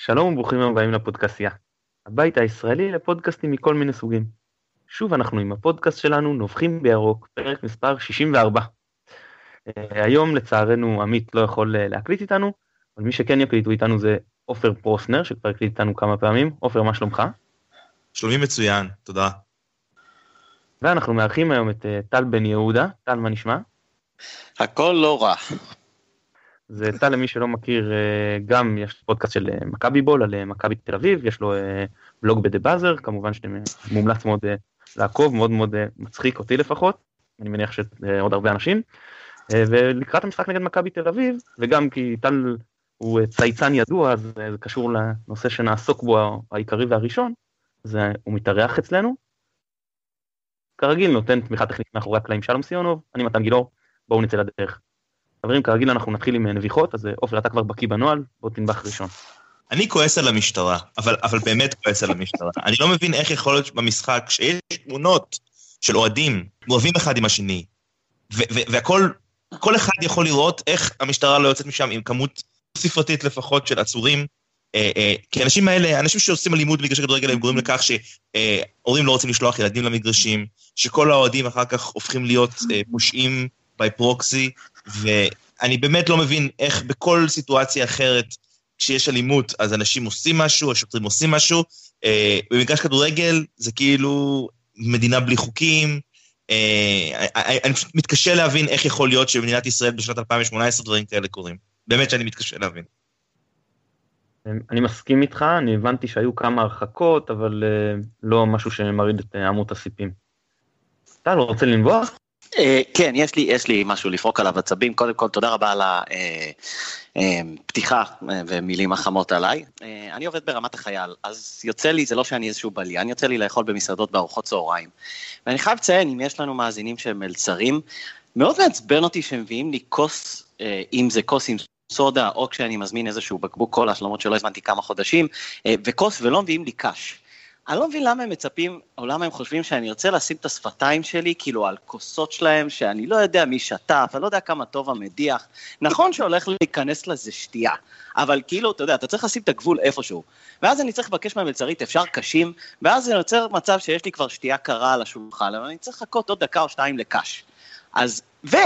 שלום וברוכים הבאים לפודקאסטייה, הבית הישראלי לפודקאסטים מכל מיני סוגים. שוב אנחנו עם הפודקאסט שלנו נובחים בירוק, פרק מספר 64. היום לצערנו עמית לא יכול להקליט איתנו, אבל מי שכן יקליטו איתנו זה עופר פרוסנר, שכבר הקליט איתנו כמה פעמים. עופר, מה שלומך? שלומי מצוין, תודה. ואנחנו מארחים היום את טל בן יהודה. טל, מה נשמע? הכל לא רע. זה טל, למי שלא מכיר, גם יש פודקאסט של מכבי בול על מכבי תל אביב, יש לו בלוג בדה באזר, כמובן שאתם מומלץ מאוד לעקוב, מאוד מאוד מצחיק אותי לפחות, אני מניח שעוד הרבה אנשים, ולקראת המשחק נגד מכבי תל אביב, וגם כי טל הוא צייצן ידוע, אז זה קשור לנושא שנעסוק בו העיקרי והראשון, אז הוא מתארח אצלנו, כרגיל נותן תמיכה טכנית מאחורי הקלעים שלום סיונוב, אני מתן גילאור, בואו נצא לדרך. חברים, כרגיל אנחנו נתחיל עם נביחות, אז עופר, אתה כבר בקיא בנועל, בוא תנבח ראשון. אני כועס על המשטרה, אבל באמת כועס על המשטרה. אני לא מבין איך יכול להיות במשחק שיש תמונות של אוהדים, מואבים אחד עם השני, והכל, כל אחד יכול לראות איך המשטרה לא יוצאת משם עם כמות ספרתית לפחות של עצורים, כי האנשים האלה, אנשים שעושים אלימות במגרשי כדורגל, הם גורמים לכך שהורים לא רוצים לשלוח ילדים למגרשים, שכל האוהדים אחר כך הופכים להיות פושעים by proxy, ואני באמת לא מבין איך בכל סיטואציה אחרת, כשיש אלימות, אז אנשים עושים משהו, השוטרים עושים משהו, במגרש כדורגל זה כאילו מדינה בלי חוקים, אני פשוט מתקשה להבין איך יכול להיות שבמדינת ישראל בשנת 2018 דברים כאלה קורים. באמת שאני מתקשה להבין. אני מסכים איתך, אני הבנתי שהיו כמה הרחקות, אבל לא משהו שמריד את אמות הסיפים. אתה לא רוצה לנבוח? כן, יש לי משהו לפרוק עליו עצבים. קודם כל, תודה רבה על הפתיחה ומילים החמות עליי. אני עובד ברמת החייל, אז יוצא לי, זה לא שאני איזשהו בליין, יוצא לי לאכול במסעדות בארוחות צהריים. ואני חייב לציין, אם יש לנו מאזינים שהם מלצרים, מאוד מעצבן אותי שמביאים לי כוס, אם זה כוס עם סודה, או כשאני מזמין איזשהו בקבוק קולה, למרות שלא הזמנתי כמה חודשים, וכוס ולא מביאים לי קש. אני לא מבין למה הם מצפים, או למה הם חושבים שאני ארצה לשים את השפתיים שלי, כאילו על כוסות שלהם, שאני לא יודע מי שטף, אני לא יודע כמה טוב המדיח. נכון שהולך להיכנס לזה שתייה, אבל כאילו, אתה יודע, אתה צריך לשים את הגבול איפשהו. ואז אני צריך לבקש מהמלצרית, אפשר קשים, ואז זה יוצר מצב שיש לי כבר שתייה קרה על השולחן, אבל אני צריך לחכות עוד דקה או שתיים לקש. אז,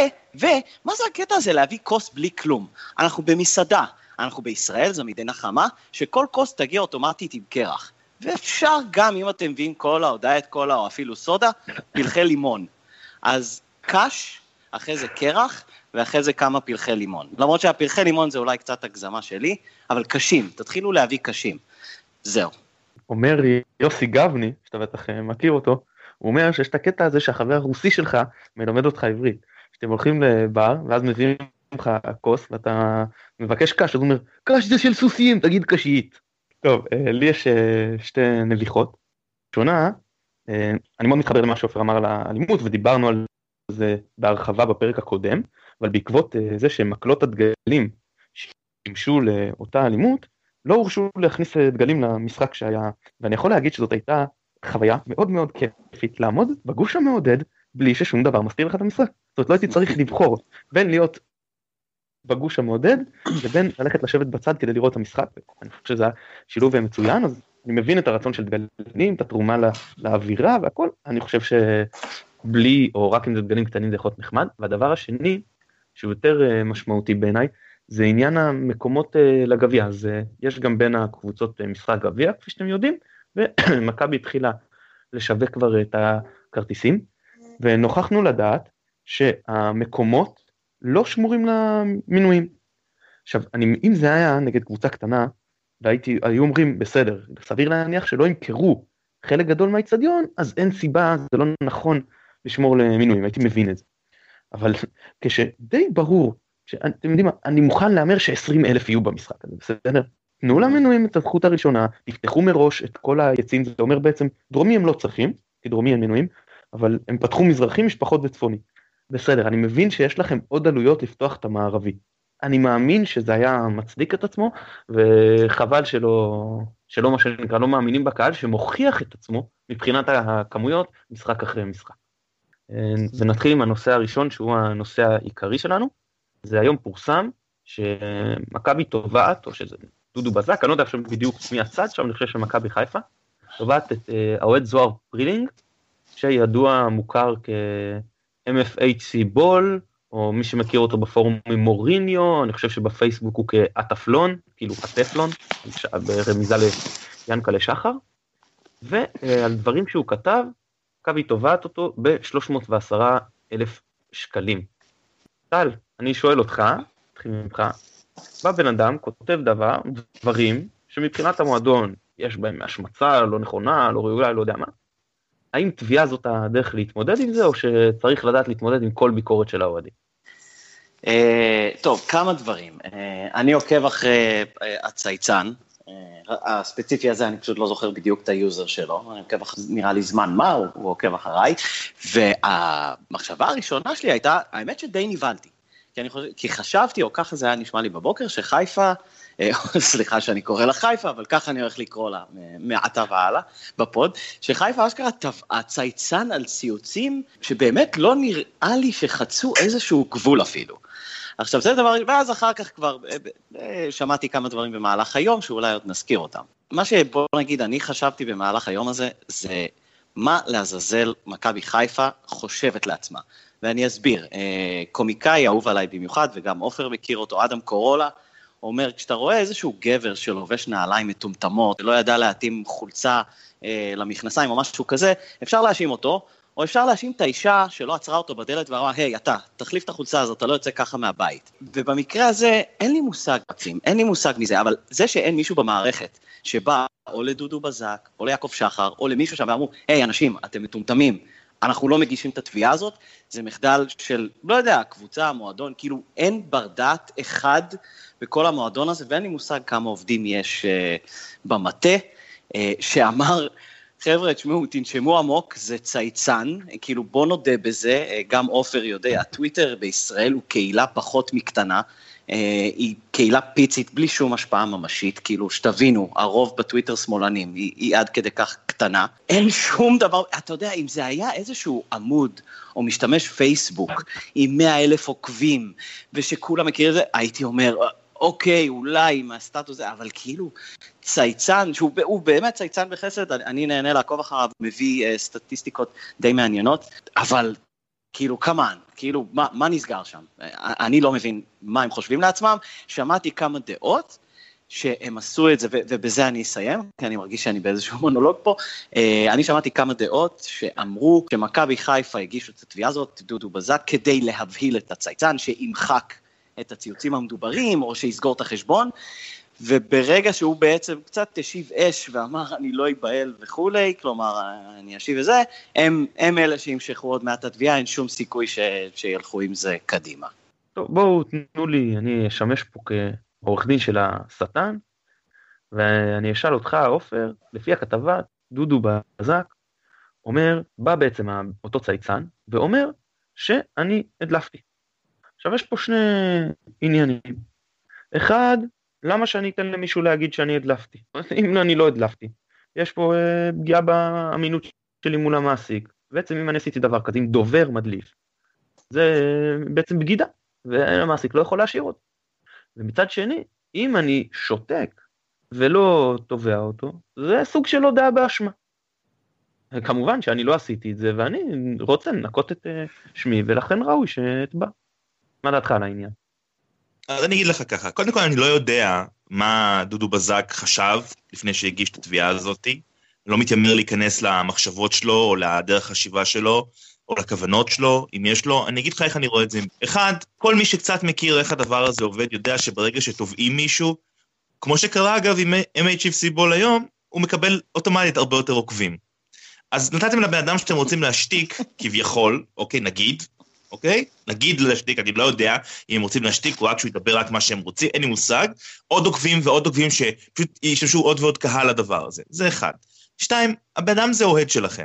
מה זה הקטע הזה להביא כוס בלי כלום? אנחנו במסעדה, אנחנו בישראל, זו מדינה חמה, שכל כוס תגיע אוטומטית עם קרח. ואפשר גם, אם אתם מביאים קולה או דיאט קולה או אפילו סודה, פלחי לימון. אז קש, אחרי זה קרח, ואחרי זה כמה פלחי לימון. למרות שהפלחי לימון זה אולי קצת הגזמה שלי, אבל קשים, תתחילו להביא קשים. זהו. אומר יוסי גבני, שאתה בטח מכיר אותו, הוא אומר שיש את הקטע הזה שהחבר הרוסי שלך מלמד אותך עברית. שאתם הולכים לבר, ואז מביאים לך כוס, ואתה מבקש קש, אז הוא אומר, קש זה של סוסים, תגיד קשית. טוב, לי יש שתי נביחות. שונה, אני מאוד מתחבר למה שאופר אמר על האלימות, ודיברנו על זה בהרחבה בפרק הקודם, אבל בעקבות זה שמקלות הדגלים שימשו לאותה אלימות, לא הורשו להכניס דגלים למשחק שהיה, ואני יכול להגיד שזאת הייתה חוויה מאוד מאוד כיפית לעמוד בגוש המעודד, בלי ששום דבר מסתיר לך את המשחק. זאת אומרת, לא הייתי צריך לבחור בין להיות בגוש המעודד, לבין ללכת לשבת בצד כדי לראות את המשחק. אני חושב שזה שילוב מצוין, אז אני מבין את הרצון של דגלים, את התרומה לאווירה והכל. אני חושב שבלי, או רק אם זה דגלים קטנים, זה יכול להיות נחמד. והדבר השני, שהוא יותר משמעותי בעיניי, זה עניין המקומות לגביע. אז יש גם בין הקבוצות משחק גביע, כפי שאתם יודעים, ומכבי התחילה לשווק כבר את הכרטיסים, ונוכחנו לדעת שהמקומות לא שמורים למינויים. עכשיו, אם זה היה נגד קבוצה קטנה, והיו אומרים, בסדר, סביר להניח שלא ימכרו חלק גדול מהאצטדיון, אז אין סיבה, זה לא נכון לשמור למינויים, הייתי מבין את זה. אבל כשדי ברור, אתם יודעים מה, אני מוכן לאמר ש20,000 יהיו במשחק הזה, בסדר? תנו למינויים את הזכות הראשונה, תפתחו מראש את כל היציעים, זה אומר בעצם, דרומי הם לא צריכים, כי דרומי הם מינויים, אבל הם פתחו מזרחי, משפחות וצפוני. בסדר, אני מבין שיש לכם עוד עלויות לפתוח את המערבי. אני מאמין שזה היה מצדיק את עצמו, וחבל שלא מה שנקרא, לא מאמינים בקהל, שמוכיח את עצמו מבחינת הכמויות, משחק אחרי משחק. ונתחיל עם הנושא הראשון, שהוא הנושא העיקרי שלנו. זה היום פורסם, שמכבי תובעת, או שזה דודו בזק, אני לא יודע עכשיו בדיוק מי הצד שם, אני חושב שמכבי חיפה, תובעת את האוהד זוהר פרילינג, שידוע מוכר כ-MFHC בול, או מי שמכיר אותו בפורום מוריניו, אני חושב שבפייסבוק הוא כאטפלון, כאילו הטפלון, ברמיזה ליאנקלה שחר, ועל דברים שהוא כתב, מכבי תובעת אותו ב-310,000 שקלים. טל, אני שואל אותך, תתחיל ממך, בא בן אדם, כותב דברים, שמבחינת המועדון יש בהם השמצה, לא נכונה, לא ראויה, לא יודע מה, האם תביעה זאת הדרך להתמודד עם זה, או שצריך לדעת להתמודד עם כל ביקורת של האוהדים? טוב, כמה דברים. אני עוקב אחרי הצייצן, הספציפי הזה, אני פשוט לא זוכר בדיוק את היוזר שלו, אני עוקב אחרי, נראה לי זמן מה, הוא עוקב אחריי, והמחשבה הראשונה שלי הייתה, האמת שדי ניבלתי, כי חשבתי, או ככה זה היה נשמע לי בבוקר, שחיפה, סליחה שאני קורא לה חיפה, אבל ככה אני הולך לקרוא לה מעתה והלאה בפוד, שחיפה אשכרה טבעה צייצן על ציוצים, שבאמת לא נראה לי שחצו איזשהו גבול אפילו. עכשיו זה דבר, ואז אחר כך כבר שמעתי כמה דברים במהלך היום, שאולי עוד נזכיר אותם. מה שבוא נגיד, אני חשבתי במהלך היום הזה, זה מה לעזאזל מכבי חיפה חושבת לעצמה. ואני אסביר, קומיקאי אהוב עליי במיוחד, וגם עופר מכיר אותו, אדם קורולה, אומר, כשאתה רואה איזשהו גבר שלובש נעליים מטומטמות, שלא ידע להתאים חולצה למכנסיים או משהו כזה, אפשר להאשים אותו, או אפשר להאשים את האישה שלא עצרה אותו בדלת ואמרה, היי, אתה, תחליף את החולצה הזאת, אתה לא יוצא ככה מהבית. ובמקרה הזה, אין לי מושג עצים, אין לי מושג מזה, אבל זה שאין מישהו במערכת שבא או לדודו בזק, או ליעקב שחר, או למישהו שם ואמרו, היי, אנשים, אתם מטומטמים, אנחנו לא מגישים את התביעה הזאת, זה מחדל של, לא יודע, קבוצה, מועדון, כאילו אין ברדעת אחד בכל המועדון הזה, ואין לי מושג כמה עובדים יש במטה, שאמר, חבר'ה, תשמעו, תנשמו עמוק, זה צייצן, כאילו בוא נודה בזה, גם עופר יודע, הטוויטר בישראל הוא קהילה פחות מקטנה, היא קהילה פיצית בלי שום השפעה ממשית, כאילו שתבינו, הרוב בטוויטר שמאלנים, היא עד כדי כך קטנה, אין שום דבר, אתה יודע, אם זה היה איזשהו עמוד, או משתמש פייסבוק, עם 100,000 עוקבים, ושכולם מכירים את זה, הייתי אומר, אוקיי, אולי מהסטטוס זה, אבל כאילו צייצן, שהוא באמת צייצן בחסד, אני נהנה לעקוב אחריו, מביא סטטיסטיקות די מעניינות, אבל כאילו, כמובן, כאילו, מה נסגר שם? אני לא מבין מה הם חושבים לעצמם, שמעתי כמה דעות שהם עשו את זה, ובזה אני אסיים, כי אני מרגיש שאני באיזשהו מונולוג פה, אני שמעתי כמה דעות שאמרו שמכבי חיפה הגישו את התביעה הזאת, דודו בזק, כדי להבהיל את הצייצן, שימחק את הציוצים המדוברים, או שיסגור את החשבון, וברגע שהוא בעצם קצת תשיב אש, ואמר אני לא אבהל וכולי, כלומר אני אשיב את זה, הם אלה שימשכו עוד מעט התביעה, אין שום סיכוי שילכו עם זה קדימה. טוב, בואו תנו לי, אני אשמש פה כעורך דין של השטן, ואני אשאל אותך, עופר, לפי הכתבה, דודו בזק, אומר, בא בעצם אותו צייצן, ואומר שאני הדלפתי. עכשיו יש פה שני עניינים. אחד, למה שאני אתן למישהו להגיד שאני הדלפתי? אם אני לא הדלפתי. יש פה פגיעה באמינות שלי מול המעסיק. בעצם אם אני עשיתי דבר כזה, אם דובר מדליף, זה בעצם בגידה, והמעסיק לא יכול להשאיר אותו. ומצד שני, אם אני שותק ולא תובע אותו, זה סוג של הודעה באשמה. כמובן שאני לא עשיתי את זה, ואני רוצה לנקות את שמי, ולכן ראוי שתבע. מה דעתך על העניין? אז אני אגיד לך ככה, קודם כל אני לא יודע מה דודו בזק חשב לפני שהגיש את התביעה הזאת, לא מתיימר להיכנס למחשבות שלו או לדרך חשיבה שלו או לכוונות שלו, אם יש לו, אני אגיד לך איך אני רואה את זה. אחד, כל מי שקצת מכיר איך הדבר הזה עובד יודע שברגע שתובעים מישהו, כמו שקרה אגב עם MHFC בול היום, הוא מקבל אוטומטית הרבה יותר עוקבים. אז נתתם לבן אדם שאתם רוצים להשתיק כביכול, אוקיי, נגיד, אוקיי? נגיד להשתיק, אני לא יודע אם הם רוצים להשתיק, או רק שהוא ידבר רק מה שהם רוצים, אין לי מושג, עוד עוקבים ועוד עוקבים שפשוט ישתמשו עוד ועוד קהל לדבר הזה, זה אחד. שתיים, הבן אדם זה אוהד שלכם.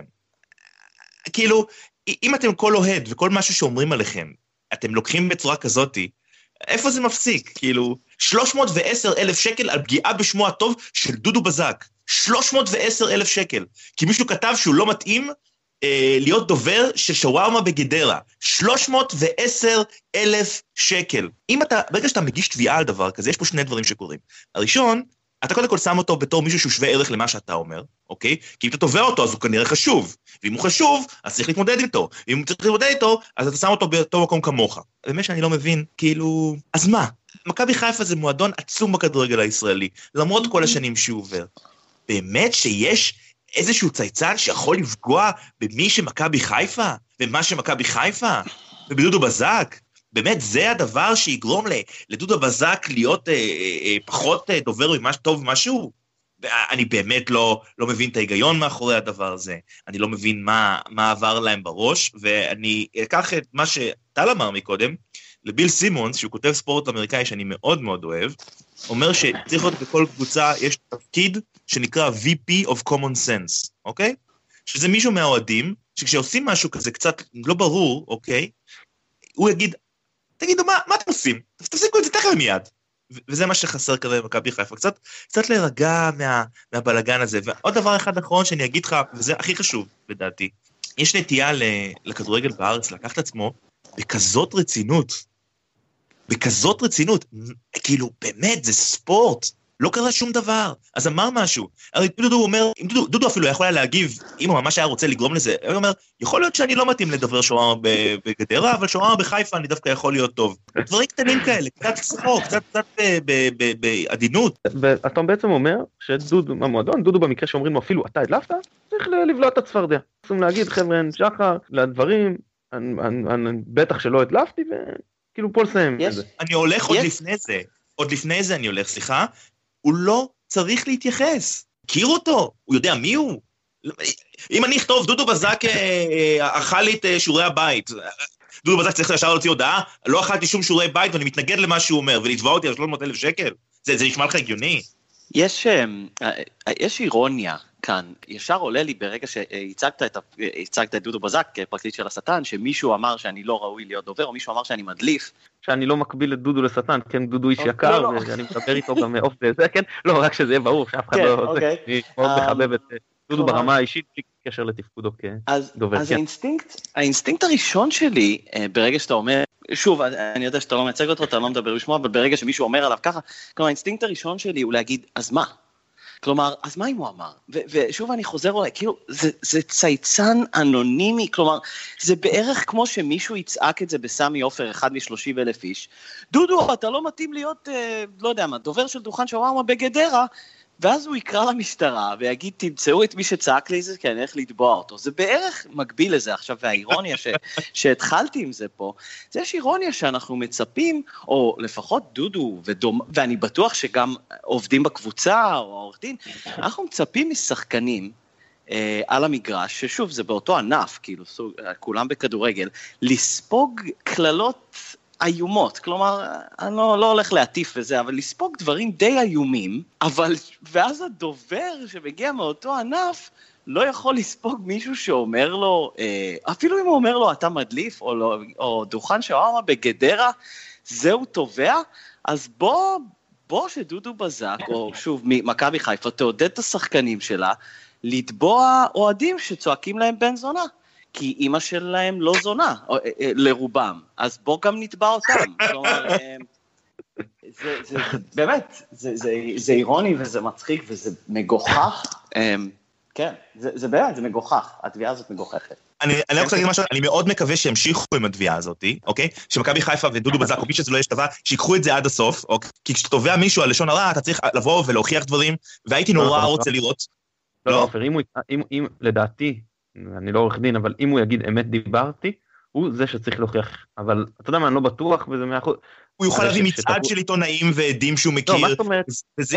כאילו, אם אתם כל אוהד וכל משהו שאומרים עליכם, אתם לוקחים בצורה כזאת, איפה זה מפסיק? כאילו, 310,000 שקל על פגיעה בשמו הטוב של דודו בזק. 310,000 שקל. כי מישהו כתב שהוא לא מתאים להיות דובר של שווארמה בגדרה. 310,000 שקל. ברגע שאתה מגיש תביעה על דבר כזה, יש פה שני דברים שקורים. הראשון, אתה קודם כל שם אותו בתור מישהו שהוא שווה ערך למה שאתה אומר, אוקיי? כי אם אתה תובע אותו, אז הוא כנראה חשוב. ואם הוא חשוב, אז צריך להתמודד איתו. ואם צריך להתמודד איתו, אז אתה שם אותו באותו מקום כמוך. באמת שאני לא מבין, כאילו, אז מה? מכבי חיפה זה מועדון עצום בכדורגל הישראלי, למרות כל השנים שהוא עובר. באמת שיש איזשהו צייצן שיכול לפגוע במי שמכבי חיפה? ומה שמכבי חיפה? ובדודו בזק? באמת זה הדבר שיגרום לדודו בזק להיות פחות דובר ממה טוב משהו? אני באמת לא מבין את ההיגיון מאחורי הדבר הזה, אני לא מבין מה עבר להם בראש, ואני אקח את מה שטל אמר מקודם, לביל סימונס, שהוא כותב ספורט אמריקאי שאני מאוד מאוד אוהב, אומר שצריך להיות בכל קבוצה, יש תפקיד שנקרא VP of Common Sense, אוקיי? שזה מישהו מהאוהדים, שכשעושים משהו כזה קצת לא ברור, אוקיי? הוא יגיד, תגידו, מה אתם עושים? תפסיקו את זה תכף מיד. וזה מה שחסר כזה במכבי חיפה, קצת להירגע מהבלגן הזה. ועוד דבר אחד אחרון שאני אגיד לך, וזה הכי חשוב לדעתי, יש נטייה לכדורגל בארץ לקחת עצמו בכזאת רצינות, כאילו באמת זה ספורט, לא קרה שום דבר, אז אמר משהו, הרי דודו אומר, דודו אפילו יכול היה להגיב, אם הוא ממש היה רוצה לגרום לזה, הוא אומר, יכול להיות שאני לא מתאים לדבר שווארמה בגדרה, אבל שווארמה בחיפה אני דווקא יכול להיות טוב. דברים קטנים כאלה, קצת צחוק, קצת בעדינות. ואתה בעצם אומר שדודו, המועדון, דודו במקרה שאומרים לו אפילו, אתה הדלפת, צריך לבלוע את הצפרדע. צריכים להגיד, חבר'ה, שחר, לדברים, בטח שלא הדלפתי, וכאילו פה לסיים את זה. אני הולך עוד לפני זה אני הולך, סליחה, הוא לא צריך להתייחס. הכיר אותו, הוא יודע מי הוא. אם אני אכתוב, דודו בזק אכל לי את שיעורי הבית, דודו בזק צריך לשאול אותי הודעה, לא אכלתי שום שיעורי בית ואני מתנגד למה שהוא אומר, ולתבע אותי על 300,000 שקל. זה נשמע לך הגיוני? יש אירוניה כאן, ישר עולה לי ברגע שהצגת את דודו בזק כפרקליט של השטן, שמישהו אמר שאני לא ראוי להיות דובר, או מישהו אמר שאני מדליף. שאני לא מקביל את דודו לשטן, כן, דודו איש יקר, ואני מדבר איתו גם אוף זה, כן, לא, רק שזה יהיה ברור, שאף אחד לא, אני מאוד מחבב את דודו ברמה האישית, בלי קשר לתפקודו כדובר. אז האינסטינקט הראשון שלי, ברגע שאתה אומר, שוב, אני יודע שאתה לא מייצג אותו, אתה לא מדבר בשמו, אבל ברגע שמישהו אומר עליו ככה, כלומר, האינסטינקט הראשון שלי הוא להגיד, אז מה? כלומר, אז מה אם הוא אמר? ושוב אני חוזר אולי, כאילו, זה צייצן אנונימי, כלומר, זה בערך כמו שמישהו יצעק את זה בסמי אופר, 1 מ-30,000 איש, דודו, אתה לא מתאים להיות, לא יודע מה, דובר של דוכן שווארמה בגדרה, ואז הוא יקרא למשטרה ויגיד, תמצאו את מי שצעק לי זה, כי אני הולך לתבוע אותו. זה בערך מקביל לזה עכשיו, והאירוניה שהתחלתי עם זה פה, זה יש אירוניה שאנחנו מצפים, או לפחות דודו, ואני בטוח שגם עובדים בקבוצה, או העורך דין, אנחנו מצפים משחקנים על המגרש, ששוב, זה באותו ענף, כאילו, כולם בכדורגל, לספוג כללות איומות, כלומר, אני לא הולך להטיף וזה, אבל לספוג דברים די איומים, אבל, ואז הדובר שמגיע מאותו ענף, לא יכול לספוג מישהו שאומר לו, אפילו אם הוא אומר לו, אתה מדליף, או דוכן שווארמה בגדרה, זהו תובע, אז בוא שדודו בזק, או שוב, מכבי חיפה, תעודד את השחקנים שלה, לתבוע אוהדים שצועקים להם בן זונה. כי אמא שלהם לא זונה, לרובם, אז בוא גם נתבע אותם. כלומר, באמת, זה אירוני וזה מצחיק וזה מגוחך. כן, זה באמת, זה מגוחך, התביעה הזאת מגוחכת. אני רוצה להגיד משהו, אני מאוד מקווה שימשיכו עם התביעה הזאת, אוקיי? שמכבי חיפה ודודו בזק, או מי שזה לא יש טבע, שיקחו את זה עד הסוף, אוקיי? כי כשאתה תובע מישהו על לשון הרע, אתה צריך לבוא ולהוכיח דברים, והייתי נורא רוצה לראות. לא, אם לדעתי, אני לא עורך דין, אבל אם הוא יגיד אמת דיברתי, הוא זה שצריך להוכיח. אבל אתה יודע מה, אני לא בטוח, וזה 100%. הוא יוכל להביא מצעד של עיתונאים ועדים שהוא מכיר. לא, מה זאת אומרת?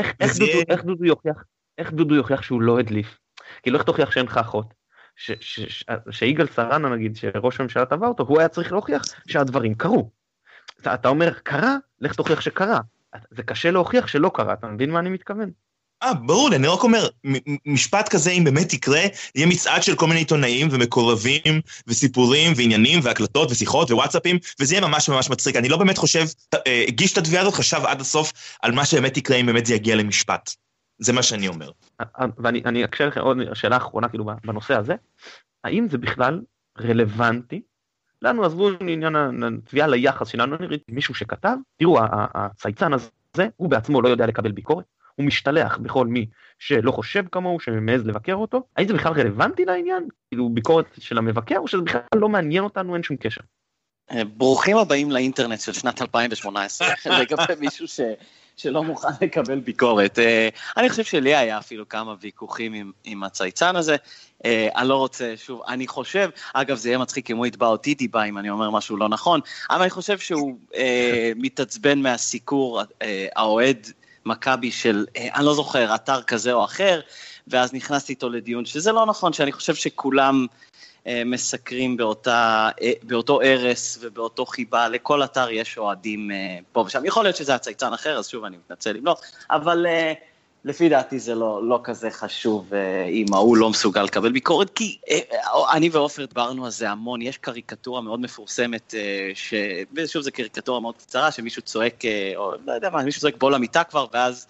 איך דודו יוכיח שהוא לא הדליף? כי לא איך תוכיח שאין לך אחות. שיגאל סרנה נגיד, שראש הממשלה תבע אותו, הוא היה צריך להוכיח שהדברים קרו. אתה אומר, קרה? לך תוכיח שקרה. זה קשה להוכיח שלא קרה, אתה מבין מה אני מתכוון? ברור, אני רק אומר, משפט כזה אם באמת יקרה, יהיה מצעד של כל מיני עיתונאים ומקורבים וסיפורים ועניינים והקלטות ושיחות ווואטסאפים, וזה יהיה ממש ממש מצחיק. אני לא באמת חושב, הגיש את התביעה הזאת, חשב עד הסוף על מה שבאמת יקרה אם באמת זה יגיע למשפט. זה מה שאני אומר. ואני אקשר לכם עוד שאלה אחרונה כאילו בנושא הזה, האם זה בכלל רלוונטי? לנו עזבו עניין התביעה ליחס שלנו, מישהו שכתב, תראו, הצייצן הזה, הוא בעצמו לא יודע לקבל ביקורת, הוא משתלח בכל מי שלא חושב כמוהו, שמעז לבקר אותו. האם זה בכלל רלוונטי לעניין? כאילו ביקורת של המבקר, או שזה בכלל לא מעניין אותנו, אין שום קשר? ברוכים הבאים לאינטרנט של שנת 2018, לגבי מישהו שלא מוכן לקבל ביקורת. אני חושב שלי היה אפילו כמה ויכוחים עם הצייצן הזה, אני לא רוצה, שוב, אני חושב, אגב זה יהיה מצחיק אם הוא יתבע אותי דיבה אם אני אומר משהו לא נכון, אבל אני חושב שהוא מתעצבן מהסיקור האוהד מכבי של, אני לא זוכר, אתר כזה או אחר, ואז נכנסתי איתו לדיון שזה לא נכון, שאני חושב שכולם מסקרים באותו ערס ובאותו חיבה, לכל אתר יש אוהדים פה ושם, יכול להיות שזה הצייצן אחר, אז שוב אני מתנצל אם לא, אבל לפי דעתי זה לא כזה חשוב אם הוא לא מסוגל לקבל ביקורת, כי אני ואופר דברנו על זה המון, יש קריקטורה מאוד מפורסמת, ושוב זה קריקטורה מאוד קצרה, שמישהו צועק, או לא יודע מה, מישהו צועק בוא למיטה כבר, ואז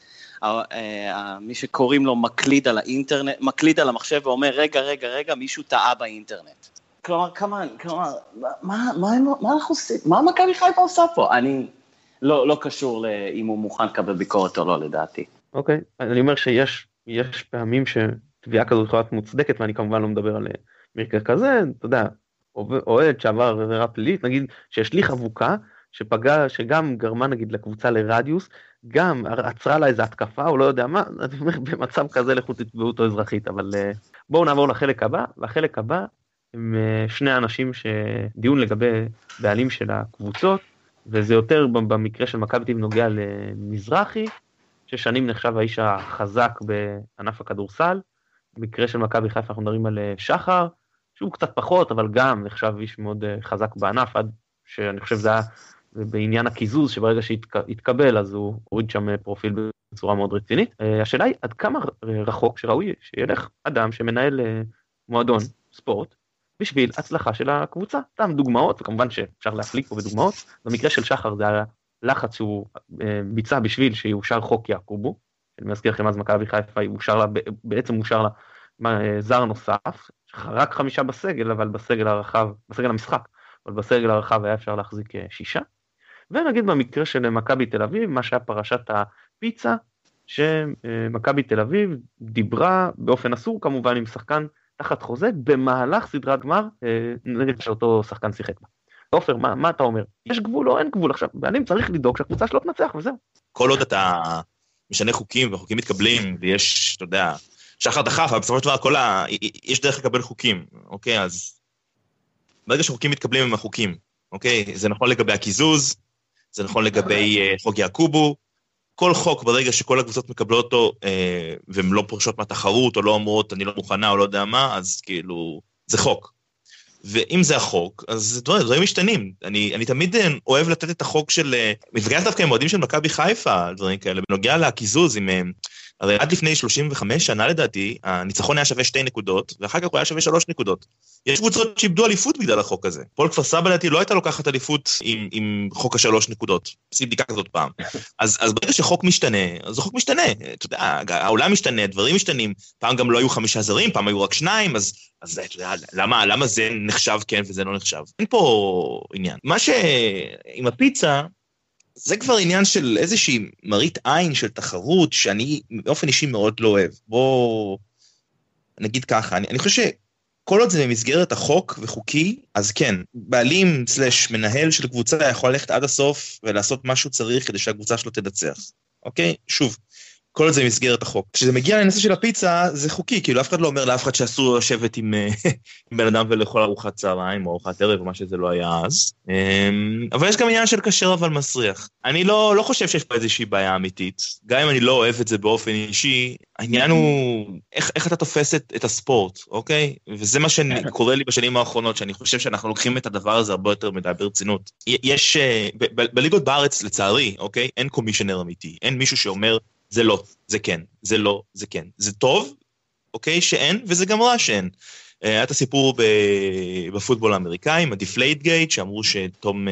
מי שקוראים לו מקליד על האינטרנט, מקליד על המחשב ואומר רגע, מישהו טעה באינטרנט. כלומר, מה אנחנו עושים? מה מכבי חיפה עושה פה? אני לא קשור אם הוא מוכן לקבל ביקורת או לא לדעתי. אוקיי, אני אומר שיש פעמים שתביעה כזאת יכולה להיות מוצדקת, ואני כמובן לא מדבר על מקרה כזה, אתה יודע, אוהד שעבר עבירה פלילית, נגיד שהשליך אבוקה, שגם גרמה נגיד לקבוצה לרדיוס, גם עצרה לה איזו התקפה, או לא יודע מה, אני אומר, במצב כזה לכו תתבעו אותו אזרחית, אבל בואו נעבור לחלק הבא, והחלק הבא הם שני אנשים שדיון לגבי בעלים של הקבוצות, וזה יותר במקרה של מכבי תל אביב נוגע למזרחי, ששנים נחשב האיש החזק בענף הכדורסל, במקרה של מכבי חיפה אנחנו מדברים על שחר, שהוא קצת פחות, אבל גם נחשב איש מאוד חזק בענף, עד שאני חושב זה היה בעניין הקיזוז, שברגע שהתקבל, אז הוא הוריד שם פרופיל בצורה מאוד רצינית. השאלה היא, עד כמה רחוק שראוי שילך אדם שמנהל מועדון ספורט, בשביל הצלחה של הקבוצה. תם דוגמאות, וכמובן שאפשר להפליק פה בדוגמאות, במקרה של שחר זה היה לחץ שהוא ביצע בשביל שיאושר חוק יעקובו, אני מזכיר לכם אז מכבי חיפה, בעצם אושר לה זר נוסף, רק 5 בסגל, אבל בסגל הרחב, בסגל המשחק, אבל בסגל הרחב היה אפשר להחזיק 6, ונגיד במקרה של מכבי תל אביב, מה שהיה פרשת הפיצה, שמכבי תל אביב דיברה באופן אסור כמובן עם שחקן תחת חוזה, במהלך סדרת גמר, נגד שאותו שחקן שיחק בה. עופר, מה אתה אומר? יש גבול או אין גבול? עכשיו, בעלים צריך לדאוג שהקבוצה שלו תנצח וזהו. כל עוד אתה משנה חוקים, והחוקים מתקבלים, ויש, אתה יודע, שחר דחף, אבל בסופו של דבר, יש דרך לקבל חוקים, אוקיי? אז ברגע שחוקים מתקבלים עם החוקים, אוקיי? זה נכון לגבי הקיזוז, זה נכון לגבי חוק יעקובו, כל חוק ברגע שכל הקבוצות מקבלות אותו, והן לא פורשות מהתחרות, או לא אומרות, אני לא מוכנה, או לא יודע מה, אז כאילו, זה חוק. ואם זה החוק, אז דברים משתנים. אני תמיד אוהב לתת את החוק של, מפגש דווקא עם מועדים של מכבי חיפה, דברים כאלה, בנוגע להקיזוז, הרי עד לפני 35 שנה לדעתי, הניצחון היה שווה 2 נקודות, ואחר כך הוא היה שווה 3 נקודות. יש קבוצות שאיבדו אליפות בגלל החוק הזה. פועל כפר סבא לדעתי לא הייתה לוקחת אליפות עם חוק ה3 נקודות. עשיתי בדיקה כזאת פעם. אז ברגע שחוק משתנה, אז החוק משתנה. אתה יודע, העולם משתנה, דברים משתנים. פעם גם לא היו 5 זרים, פעם היו רק 2, אז אתה יודע, למה זה נחשב כן וזה לא נחשב? אין פה עניין. מה שעם הפיצה, זה כבר עניין של איזושהי מראית עין של תחרות, שאני באופן אישי מאוד לא אוהב. בוא נגיד ככה, אני חושב שכל עוד זה במסגרת החוק וחוקי, אז כן, בעלים / מנהל של קבוצה יכול ללכת עד הסוף ולעשות מה שהוא צריך כדי שהקבוצה שלו תנצח. אוקיי? שוב, כל עוד זה במסגרת החוק. כשזה מגיע לנושא של הפיצה, זה חוקי, כאילו אף אחד לא אומר לאף אחד שאסור לשבת עם בן אדם ולאכול ארוחת צהריים או ארוחת ערב או מה שזה לא היה אז. אבל יש גם עניין של כשר אבל מסריח. אני לא חושב שיש פה איזושהי בעיה אמיתית. גם אם אני לא אוהב את זה באופן אישי, העניין הוא איך אתה תופס את הספורט, אוקיי? וזה מה שקורה לי בשנים האחרונות, שאני חושב שאנחנו לוקחים את הדבר הזה הרבה יותר מדי ברצינות. יש, בליגות בארץ לצערי, אוקיי? אין קומישיונר אמיתי, אין מישהו שאומר זה לא, זה כן, זה לא, זה כן. זה טוב, אוקיי, שאין, וזה גם רע שאין. היה את הסיפור בפוטבול האמריקאי, עם הדיפלייט גייט, שאמרו שתום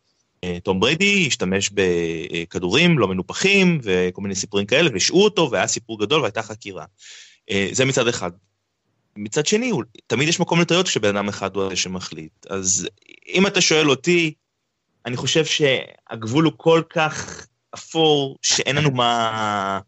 בריידי השתמש בכדורים לא מנופחים, וכל מיני סיפורים כאלה, והשעו אותו, והיה סיפור גדול, והייתה חקירה. זה מצד אחד. מצד שני, תמיד יש מקום לטעויות כשבן אדם אחד הוא שמחליט. אז אם אתה שואל אותי, אני חושב שהגבול הוא כל כך אפור, שאין לנו מה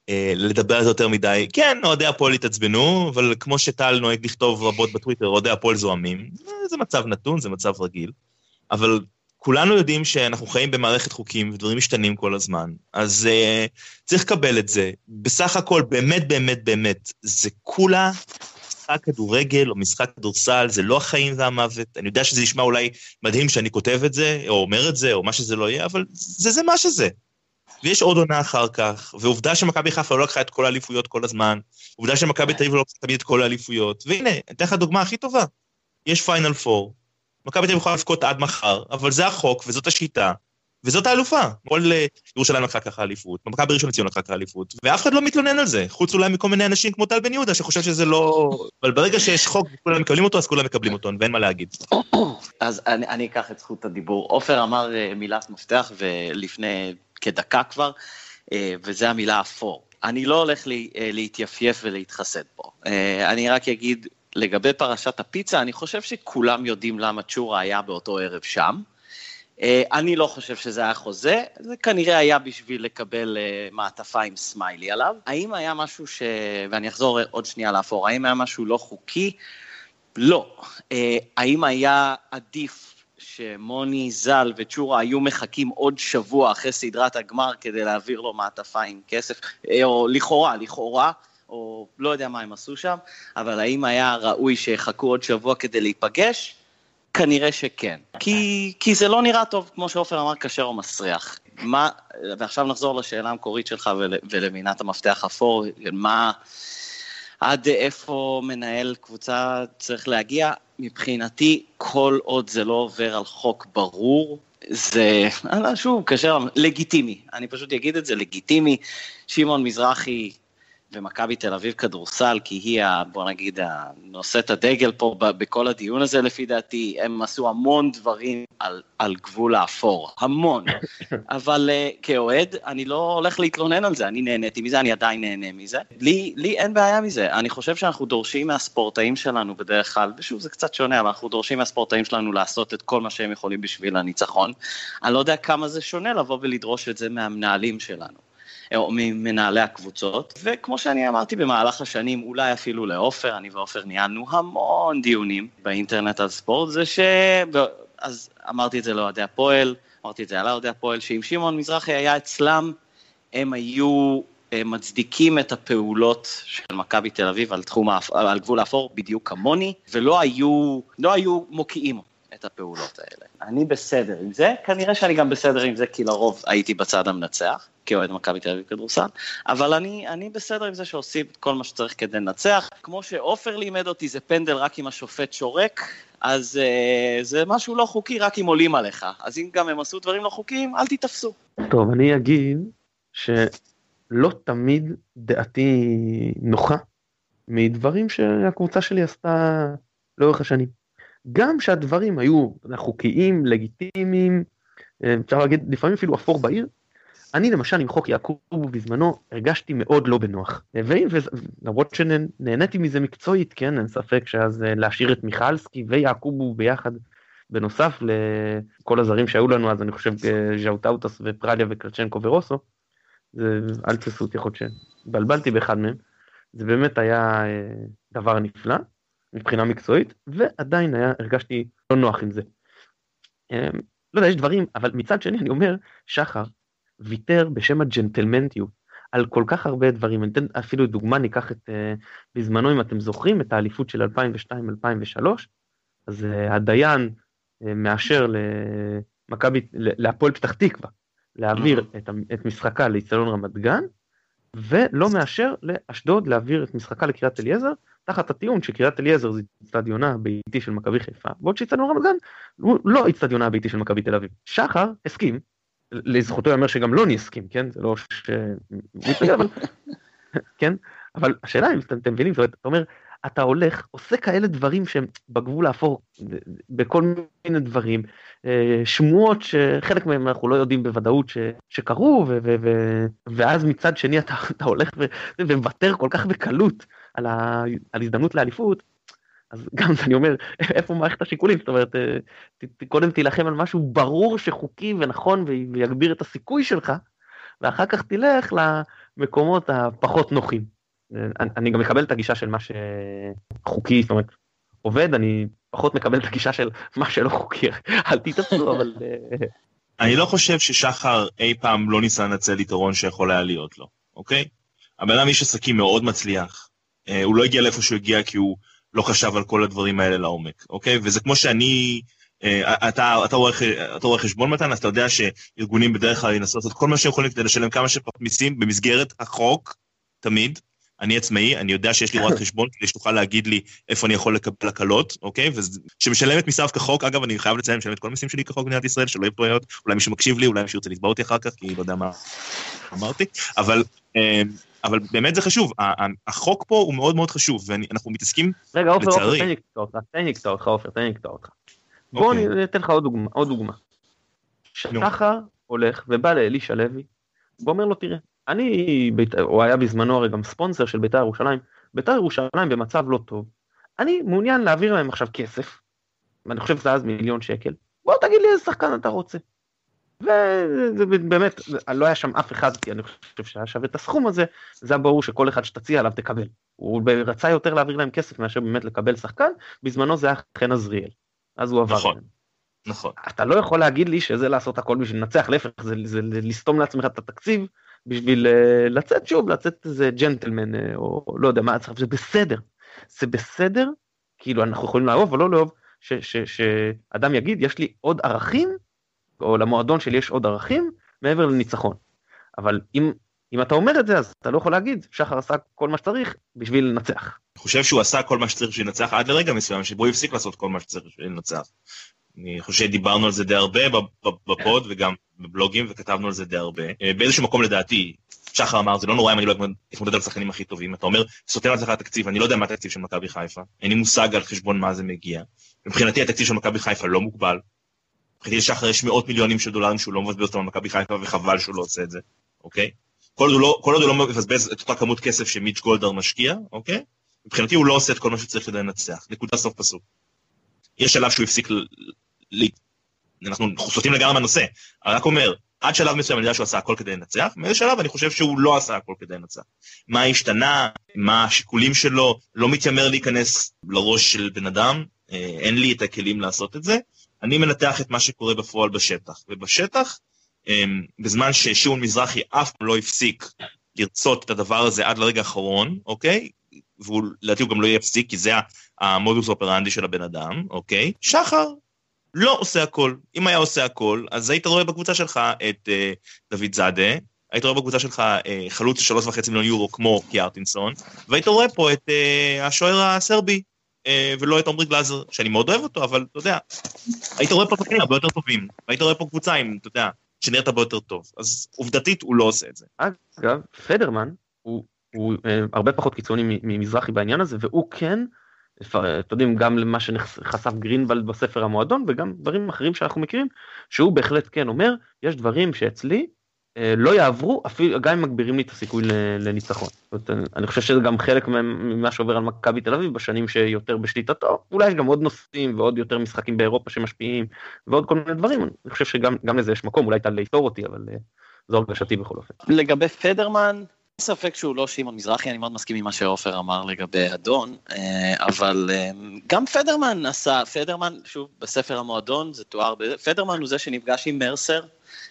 לדבר על זה יותר מדי. כן, אוהדי הפועל התעצבנו, אבל כמו שטל נוהג לכתוב רבות בטוויטר, אוהדי הפועל זוהמים, זה מצב נתון, זה מצב רגיל, אבל כולנו יודעים שאנחנו חיים במערכת חוקים, ודברים משתנים כל הזמן, אז צריך לקבל את זה. בסך הכל, באמת, באמת, באמת, זה כולה משחק כדורגל או משחק כדורסל, זה לא החיים והמוות. אני יודע שזה נשמע אולי מדהים שאני כותב את זה, או אומר את זה, או מה שזה לא יהיה, אבל זה מה שזה. ויש עוד עונה אחר כך, ועובדה שמכבי חיפה לא לקחה את כל האליפויות כל הזמן, עובדה שמכבי תל אביב לא לקחה תמיד את כל האליפויות, והנה, אני אתן לך דוגמה הכי טובה. יש פיינל פור, מכבי תל אביב יכולה לפקוט עד מחר, אבל זה החוק, וזאת השיטה, וזאת האלופה. כל ירושלים לקחה ככה אליפות, מכבי ראשון לציון לקחה ככה אליפות, ואף אחד לא מתלונן על זה, חוץ אולי מכל מיני אנשים כמו טל בן יהודה, שחושב שזה לא... אבל ברגע שיש חוק וכולם מקבלים אותו, אז כולם מקבלים אותו, ואין מה להגיד. אז אני אקח את זכות הדיבור. עופר אמר מילת מפתח, ולפני כדקה כבר, וזה המילה אפור. אני לא הולך להתייפייף ולהתחסד פה. אני רק אגיד, לגבי פרשת הפיצה, אני חושב שכולם יודעים למה צ'ורה היה באותו ערב שם. אני לא חושב שזה היה חוזה, זה כנראה היה בשביל לקבל מעטפה עם סמיילי עליו. האם היה משהו ואני אחזור עוד שנייה לאפור, האם היה משהו לא חוקי? לא. האם היה עדיף שמוני, זל וצ'ורה היו מחכים עוד שבוע אחרי סדרת הגמר כדי להעביר לו מעטפה עם כסף, או לכאורה, או לא יודע מה הם עשו שם, אבל האם היה ראוי שיחכו עוד שבוע כדי להיפגש? כנראה שכן. כי זה לא נראה טוב, כמו שעופר אמר, כשר או מסריח. ועכשיו נחזור לשאלה המקורית שלך ולמינת המפתח אפור, עד איפה מנהל קבוצה צריך להגיע? מבחינתי, כל עוד זה לא עובר על חוק ברור, זה, שוב, קשר, לגיטימי. אני פשוט אגיד את זה, לגיטימי. שמעון מזרחי ומכבי תל אביב כדורסל, כי היא, בוא נגיד, נושאת הדגל פה בכל הדיון הזה, לפי דעתי, הם עשו המון דברים על גבול האפור, המון. אבל כאוהד, אני לא הולך להתלונן על זה, אני נהניתי מזה, אני עדיין נהנה מזה. לי אין בעיה מזה, אני חושב שאנחנו דורשים מהספורטאים שלנו בדרך כלל, ושוב, זה קצת שונה, אבל אנחנו דורשים מהספורטאים שלנו לעשות את כל מה שהם יכולים בשביל הניצחון. אני לא יודע כמה זה שונה לבוא ולדרוש את זה מהמנהלים שלנו. או ממנהלי הקבוצות, וכמו שאני אמרתי במהלך השנים, אולי אפילו לעופר, אני ועופר ניהלנו המון דיונים באינטרנט על ספורט, אז אמרתי את זה לאוהדי הפועל, אמרתי את זה על אוהדי הפועל, שאם שמעון מזרחי היה אצלם, הם היו מצדיקים את הפעולות של מכבי תל אביב על גבול האפור בדיוק כמוני, ולא היו מוקיעים את הפעולות האלה. אני בסדר עם זה, כנראה שאני גם בסדר עם זה, כי לרוב הייתי בצד המנצח, כאוהד מכבי תל אביב כדורסל, אבל אני בסדר עם זה שעושים את כל מה שצריך כדי לנצח. כמו שעופר לימד אותי, זה פנדל רק אם השופט שורק, אז זה משהו לא חוקי רק אם עולים עליך. אז אם גם הם עשו דברים לא חוקיים, אל תתפסו. טוב, אני אגיד שלא תמיד דעתי נוחה מדברים שהקבוצה שלי עשתה לאורך השנים. גם שהדברים היו חוקיים, לגיטימיים, אפשר להגיד לפעמים אפילו אפור בעיר, אני למשל עם חוק יעקוב בזמנו הרגשתי מאוד לא בנוח, למרות שנהניתי מזה מקצועית, כן, אין ספק שאז להשאיר את מיכלסקי ויעקובו ביחד, בנוסף לכל הזרים שהיו לנו, אז אני חושב ז'אוטאוטס ופרליה וקרצ'נקו ורוסו, אל תפסו אותי, יכול שבלבלתי באחד מהם, זה באמת היה דבר נפלא, מבחינה מקצועית, ועדיין הרגשתי לא נוח עם זה. לא יודע, יש דברים, אבל מצד שני אני אומר, שחר ויתר בשם הג'נטלמנטיות, על כל כך הרבה דברים. אני אתן אפילו דוגמה, ניקח את, בזמנו, אם אתם זוכרים, את האליפות של 2002-2003, אז הדיין מאשר להפועל פתח תקווה, להעביר את משחקה לאצטדיון רמת גן, ולא מאשר לאשדוד להעביר את משחקה לקריית אליעזר, תחת הטיעון שקריית אליעזר זה אצטדיונה הביתי של מכבי חיפה, בעוד שאצטדיון רמת גן הוא לא אצטדיונה הביתי של מכבי תל אביב. שחר הסכים, לזכותו יאמר שגם לא נסכים, כן? זה לא אבל כן? אבל השאלה אם אתם מבינים, זאת אומרת, אתה אומר, אתה הולך, עושה כאלה דברים שהם בגבול האפור, בכל מיני דברים, שמועות שחלק מהם אנחנו לא יודעים בוודאות שקרו, ואז מצד שני אתה הולך ומוותר כל כך בקלות על הזדמנות לאליפות, אז גם אני אומר, איפה מערכת השיקולים? זאת אומרת, קודם תילחם על משהו ברור שחוקי ונכון ויגביר את הסיכוי שלך, ואחר כך תלך המקומות הפחות נוחים. אני גם מקבל את הגישה של מה שחוקי, זאת אומרת, עובד, אני פחות מקבל את הגישה של מה שלא חוקי, אל תתאפסו, אבל... אני לא חושב ששחר אי פעם לא ניסה לנצל יתרון שיכול היה להיות לו, אוקיי? הבן אדם איש עסקים מאוד מצליח, הוא לא הגיע לאיפה שהוא הגיע כי הוא לא חשב על כל הדברים האלה לעומק, אוקיי? וזה כמו שאני, אתה רואה חשבון מתן, אז אתה יודע שארגונים בדרך כלל ינסו לעשות כל מה שהם יכולים כדי לשלם כמה שפחות מיסים במסגרת החוק, תמיד. אני עצמאי, אני יודע שיש לי רואת חשבון, כדי שתוכל להגיד לי איפה אני יכול לקבל הקלות, אוקיי? ושמשלמת מיסיו כחוק, אגב, אני חייב לציין, משלמת כל מיסים שלי כחוק במדינת ישראל, שלא יהיו טעויות, אולי מישהו מקשיב לי, אולי מישהו ירצה לתבע אותי אחר כך, כי לא יודע מה אמרתי, אבל באמת זה חשוב, החוק פה הוא מאוד מאוד חשוב, ואנחנו מתעסקים, רגע, עופר, תן נקטע אותך. בואו ניתן לך עוד דוגמה. שחר הולך ובא לאלישע לוי, ואומר לו, תראה, הוא היה בזמנו הרי גם ספונסר של בית"ר ירושלים, בית"ר ירושלים במצב לא טוב, אני מעוניין להעביר להם עכשיו כסף, ואני חושב שזה אז 1,000,000 שקל, בוא תגיד לי איזה שחקן אתה רוצה, ובאמת לא היה שם אף אחד, כי אני חושב שהיה שווה את הסכום הזה, זה היה ברור שכל אחד שתציע עליו תקבל, הוא רצה יותר להעביר להם כסף מאשר באמת לקבל שחקן, בזמנו זה היה חן עזריאל, אז הוא עבר להם. נכון. אתה לא יכול להגיד לי שזה לעשות הכל בשביל לנצח, להפך, זה לסתום לעצמך את התקציב, בשביל לצאת שוב, לצאת איזה ג'נטלמן, או לא יודע מה, זה בסדר, כאילו אנחנו יכולים לאהוב או לא לאהוב, שאדם יגיד, יש לי עוד ערכים, או למועדון שלי יש עוד ערכים, מעבר לניצחון. אבל אם אתה אומר את זה, אז אתה לא יכול להגיד, שחר עשה כל מה שצריך בשביל לנצח. אני חושב שהוא עשה כל מה שצריך בשביל לנצח, עד לרגע מסוים, שבו הוא הפסיק לעשות כל מה שצריך בשביל לנצח. אני חושב שדיברנו על זה די הרבה בפוד וגם בבלוגים, וכתבנו על זה די הרבה. באיזשהו מקום לדעתי, שחר אמר, זה לא נורא אם אני לא אתמודד על השחקנים הכי טובים. אתה אומר, סותר לעצמך התקציב, אני לא יודע מה התקציב של מכבי חיפה, אין לי מושג על חשבון מה זה מגיע. מבחינתי התקציב של מכבי חיפה לא מוגבל. מבחינתי לשחר יש מאות מיליונים של דולרים שהוא לא מבזבז אותם על מכבי חיפה, וחבל שהוא לא עושה את זה, אוקיי? כל עוד הוא לא מבזבז את אותה כמות כסף שמיץ' גולדהר משקיע, אוקיי? מבחינתי הוא לא עושה את כל מה שצריך כדי לנצח. נקודה סוף פסוק. יש שלב שהוא הפסיק אנחנו סוטים לגמרי מהנושא, אני רק אומר, עד שלב מסוים אני יודע שהוא עשה הכל כדי לנצח, מאיזה שלב אני חושב שהוא לא עשה הכל כדי לנצח. מה השתנה, מה השיקולים שלו, לא מתיימר להיכנס לראש של בן אדם, אין לי את הכלים לעשות את זה, אני מנתח את מה שקורה בפועל בשטח, ובשטח, בזמן ששמעון מזרחי אף פעם לא הפסיק לרצות את הדבר הזה עד לרגע האחרון, אוקיי? ולדעתי הוא גם לא יפסיק, כי זה המודוס אופרנדי של הבן אדם, אוקיי? שחר לא עושה הכל. אם היה עושה הכל, אז היית רואה בקבוצה שלך את דוד זאדה, היית רואה בקבוצה שלך חלוץ של 3.5 מיליון יורו כמו קיארטינסון, והיית רואה פה את השוער הסרבי, ולא את עומרי גלאזר, שאני מאוד אוהב אותו, אבל אתה יודע, היית רואה פה שחקנים הרבה יותר טובים, והיית רואה פה קבוצה עם, אתה יודע, שנראית הרבה יותר טוב. אז עובדתית הוא לא עושה את זה. אגב, פדרמן הוא הרבה פחות קיצוני ממזרחי בעניין הזה, והוא כן, אתם יודעים, גם למה שחשף גרינבלד בספר המועדון, וגם דברים אחרים שאנחנו מכירים, שהוא בהחלט כן אומר, יש דברים שאצלי לא יעברו, אפילו גם אם מגבירים לי את הסיכוי לניצחון. אני חושב שזה גם חלק ממה שעובר על מכבי תל אביב, בשנים שיותר בשליטתו, אולי יש גם עוד נושאים, ועוד יותר משחקים באירופה שמשפיעים, ועוד כל מיני דברים, אני חושב שגם לזה יש מקום, אולי אתה להיסור אותי, אבל זו הרגשתי בכל אופן. לגבי פדרמן, ספק שהוא לא שמעון מזרחי, אני מאוד מסכים עם מה שעופר אמר לגבי אדון, אבל גם פדרמן עשה, פדרמן, שוב, בספר המועדון, זה תואר, פדרמן הוא זה שנפגש עם מרסר,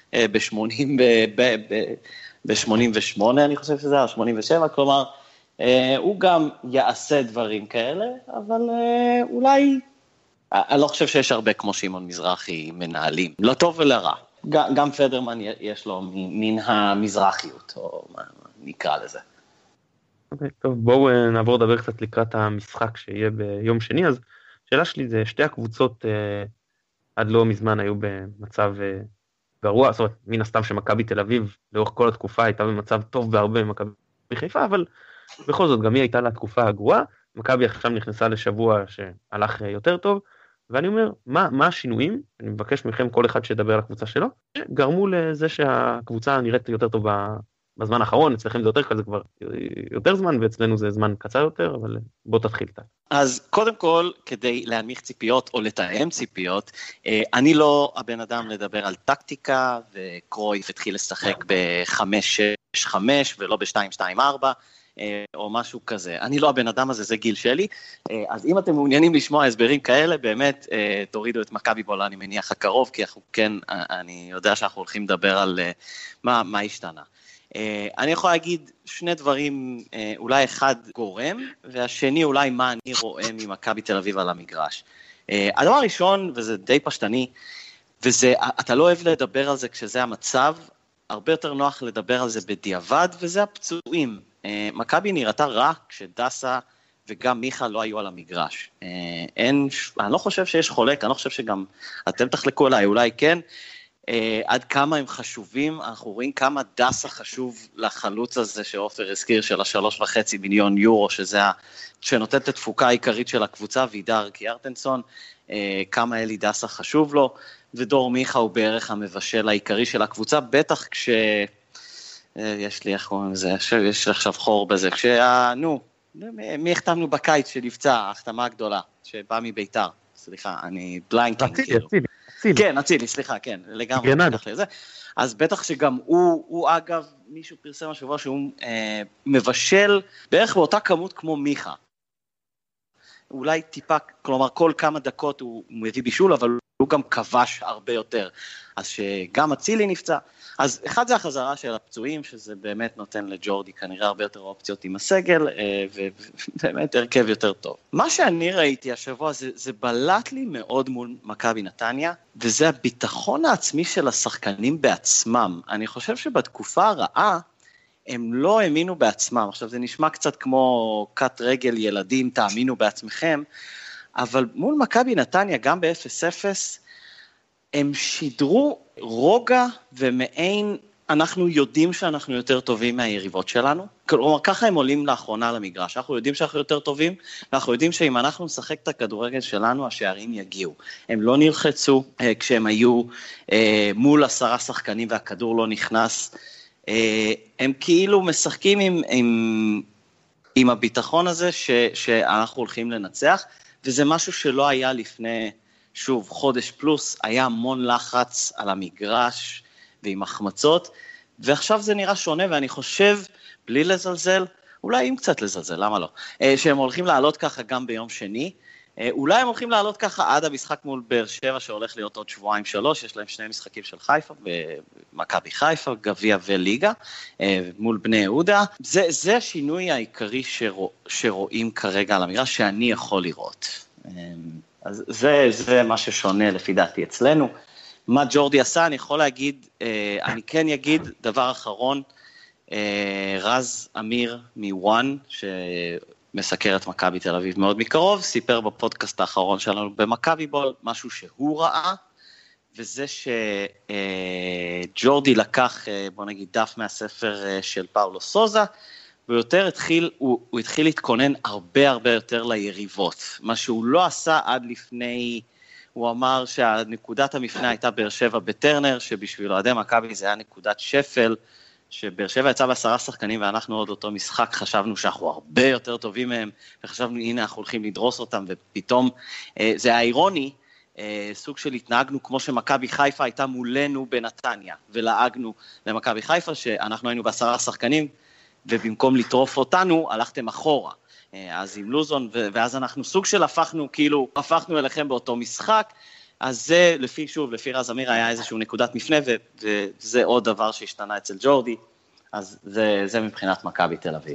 ב-88, אני חושב שזה היה, 87, כלומר, הוא גם יעשה דברים כאלה, אבל אולי, אני לא חושב שיש הרבה כמו שמעון מזרחי מנהלים, לא טוב ולרע. גם פדרמן יש לו מן המזרחיות, או מה נקרא לזה. אוקיי, טוב, בואו נעבור לדבר קצת לקראת המשחק שיהיה ביום שני, אז שאלה שלי זה, שתי הקבוצות עד לא מזמן היו במצב גרוע, זאת אומרת, מן הסתם שמכבי תל אביב לאורך כל התקופה הייתה במצב טוב בהרבה ממכבי חיפה, אבל בכל זאת גם היא הייתה לה תקופה הגרועה, מכבי עכשיו נכנסה לשבוע שהלך יותר טוב, ואני אומר, מה השינויים, אני מבקש מכם כל אחד שידבר על הקבוצה שלו, גרמו לזה שהקבוצה נראית יותר טוב בזמן האחרון, אצלכם זה יותר כזה כבר יותר זמן, ואצלנו זה זמן קצר יותר, אבל בוא תתחיל איתה. אז קודם כל, כדי להנמיך ציפיות או לתאם ציפיות, אני לא הבן אדם לדבר על טקטיקה, וקרויף התחיל לשחק ב5 ב-6-5 ולא ב-2-2-4, או משהו כזה. אני לא הבן אדם הזה, זה גיל שלי, אז אם אתם מעוניינים לשמוע הסברים כאלה, באמת תורידו את מכבי בול, אני מניח הקרוב, כי אנחנו כן, אני יודע שאנחנו הולכים לדבר על מה השתנה. אני יכול להגיד שני דברים, אולי אחד גורם, והשני אולי מה אני רואה ממכבי תל אביב על המגרש. הדבר הראשון, וזה די פשטני, וזה, אתה לא אוהב לדבר על זה כשזה המצב, הרבה יותר נוח לדבר על זה בדיעבד, וזה הפצועים. מכבי נראתה רע כשדסה וגם מיכה לא היו על המגרש. אני לא חושב שיש חולק, אני לא חושב שגם אתם תחלקו אליי, אולי כן, עד כמה הם חשובים, אנחנו רואים כמה דסה חשוב לחלוץ הזה שאופר הזכיר של ה3.5 מיליון יורו, שנותנת את התפוקה העיקרית של הקבוצה, וידר קיארטנסון, כמה אלי דסה חשוב לו, ודור מיכה הוא בערך המבשל העיקרי של הקבוצה, בטח יש לי, איך קוראים לזה, יש עכשיו חור בזה, מי החתמנו בקיץ שנפצע, ההחתמה הגדולה, שבאה מביתר, סליחה, אני בליינקינג. אצילי. כן, אצילי, סליחה, כן, לגמרי. אז בטח שגם הוא אגב, מישהו פרסם השבוע שהוא מבשל בערך באותה כמות כמו מיכה. אולי טיפה, כלומר כל כמה דקות הוא מביא בישול, אבל הוא גם כבש הרבה יותר. אז שגם אצילי נפצע. אז אחד זה החזרה של הפצועים, שזה באמת נותן לג'ורדי כנראה הרבה יותר אופציות עם הסגל, ובאמת הרכב יותר טוב. מה שאני ראיתי השבוע, זה בלט לי מאוד מול מכבי נתניה, וזה הביטחון העצמי של השחקנים בעצמם. אני חושב שבתקופה הרעה, הם לא האמינו בעצמם. עכשיו זה נשמע קצת כמו קט רגל ילדים, תאמינו בעצמכם, אבל מול מכבי נתניה, גם ב-0-0, הם שידרו רוגע ומעין, אנחנו יודעים שאנחנו יותר טובים מהיריבות שלנו, כלומר ככה הם עולים לאחרונה למגרש, אנחנו יודעים שאנחנו יותר טובים, ואנחנו יודעים שאם אנחנו נשחק את הכדורגל שלנו, השערים יגיעו. הם לא נלחצו כשהם היו מול 10 שחקנים והכדור לא נכנס, הם כאילו משחקים עם הביטחון הזה שאנחנו הולכים לנצח, וזה משהו שלא היה לפני, שוב, חודש פלוס, היה המון לחץ על המגרש ועם החמצות, ועכשיו זה נראה שונה, ואני חושב, בלי לזלזל, אולי אם קצת לזלזל, למה לא? שהם הולכים לעלות ככה גם ביום שני, אולי הם הולכים לעלות ככה עד המשחק מול באר שבע, שהולך להיות עוד 2-3, יש להם 2 משחקים של חיפה, במכבי חיפה, גביע וליגה, מול בני יהודה. זה השינוי העיקרי שרואים כרגע על המגרש, שאני יכול לראות. אז זה מה ששונה לפי דעתי אצלנו. מה ג'ורדי עשה, אני יכול להגיד, אני כן אגיד, דבר אחרון, רז אמיר מוואן, שמסקר את מכבי תל אביב מאוד מקרוב, סיפר בפודקאסט האחרון שלנו במכבי בול, משהו שהוא ראה, וזה שג'ורדי לקח, בוא נגיד, דף מהספר של פאולו סוזה, ויותר הוא התחיל להתכונן הרבה הרבה יותר ליריבות, מה שהוא לא עשה עד לפני, הוא אמר שהנקודת המפנה הייתה באר שבע בטרנר, שבשביל אוהדי מכבי זה היה נקודת שפל, שבאר שבע יצא ב10 שחקנים, ואנחנו עוד אותו משחק חשבנו שאנחנו הרבה יותר טובים מהם, וחשבנו הנה אנחנו הולכים לדרוס אותם, ופתאום זה האירוני, סוג של התנהגנו כמו שמכבי חיפה הייתה מולנו בנתניה, ולעגנו למכבי חיפה שאנחנו היינו ב10 שחקנים, ובמקום לטרוף אותנו, הלכתם אחורה. אז עם לוזון, ואז אנחנו סוג של הפכנו אליכם באותו משחק, אז זה לפי רז אמיר היה איזשהו נקודת מפנה, וזה עוד דבר שהשתנה אצל ג'ורדי, אז זה מבחינת מכבי תל אביב.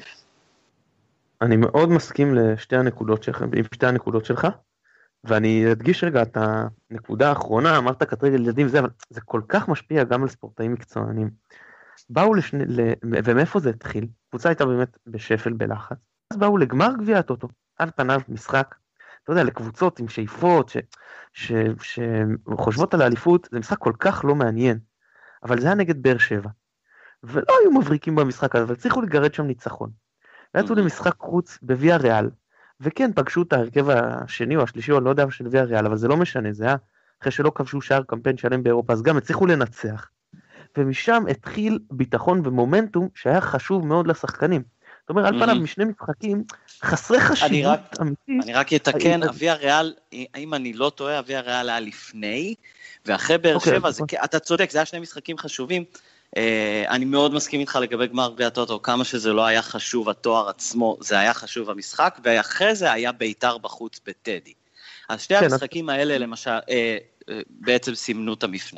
אני מאוד מסכים לשתי הנקודות שלך, ואני אדגיש רגע את הנקודה האחרונה, אמרת כתרגל ילדים, אבל זה כל כך משפיע גם על ספורטאים מקצוענים. באו ומאיפה זה התחיל? קבוצה הייתה באמת בשפל בלחץ, אז באו לגמר גביע הטוטו, על פניו משחק, אתה יודע, לקבוצות עם שאיפות, שחושבות על האליפות, זה משחק כל כך לא מעניין, אבל זה היה נגד באר שבע, ולא היו מבריקים במשחק הזה, אבל צריכו לגרד שם ניצחון, ויצאו למשחק חוץ בוויה ריאל, וכן פגשו את ההרכב השני או השלישי, או לא יודע של וויה ריאל, אבל זה לא משנה, זה היה אחרי שלא כבשו שער קמפיין שלם באירופה, אז גם הצליחו לנצח, ומשם התחיל ביטחון ומומנטום שהיה חשוב מאוד לשחקנים. זאת אומרת, על פניו משני משחקים חסרי חשיבות אמיתית. אני רק אתקן, וויה ריאל, אם אני לא טועה, וויה ריאל היה לפני, ואחרי באר שבע, אתה צודק, זה היה 2 משחקים חשובים, אני מאוד מסכים איתך לגבי גמר גביע הטוטו, כמה שזה לא היה חשוב התואר עצמו, זה היה חשוב המשחק, ואחרי זה היה בית"ר בחוץ בטדי. אז שתי המשחקים האלה למשל, בעצם סימנו את המפנה.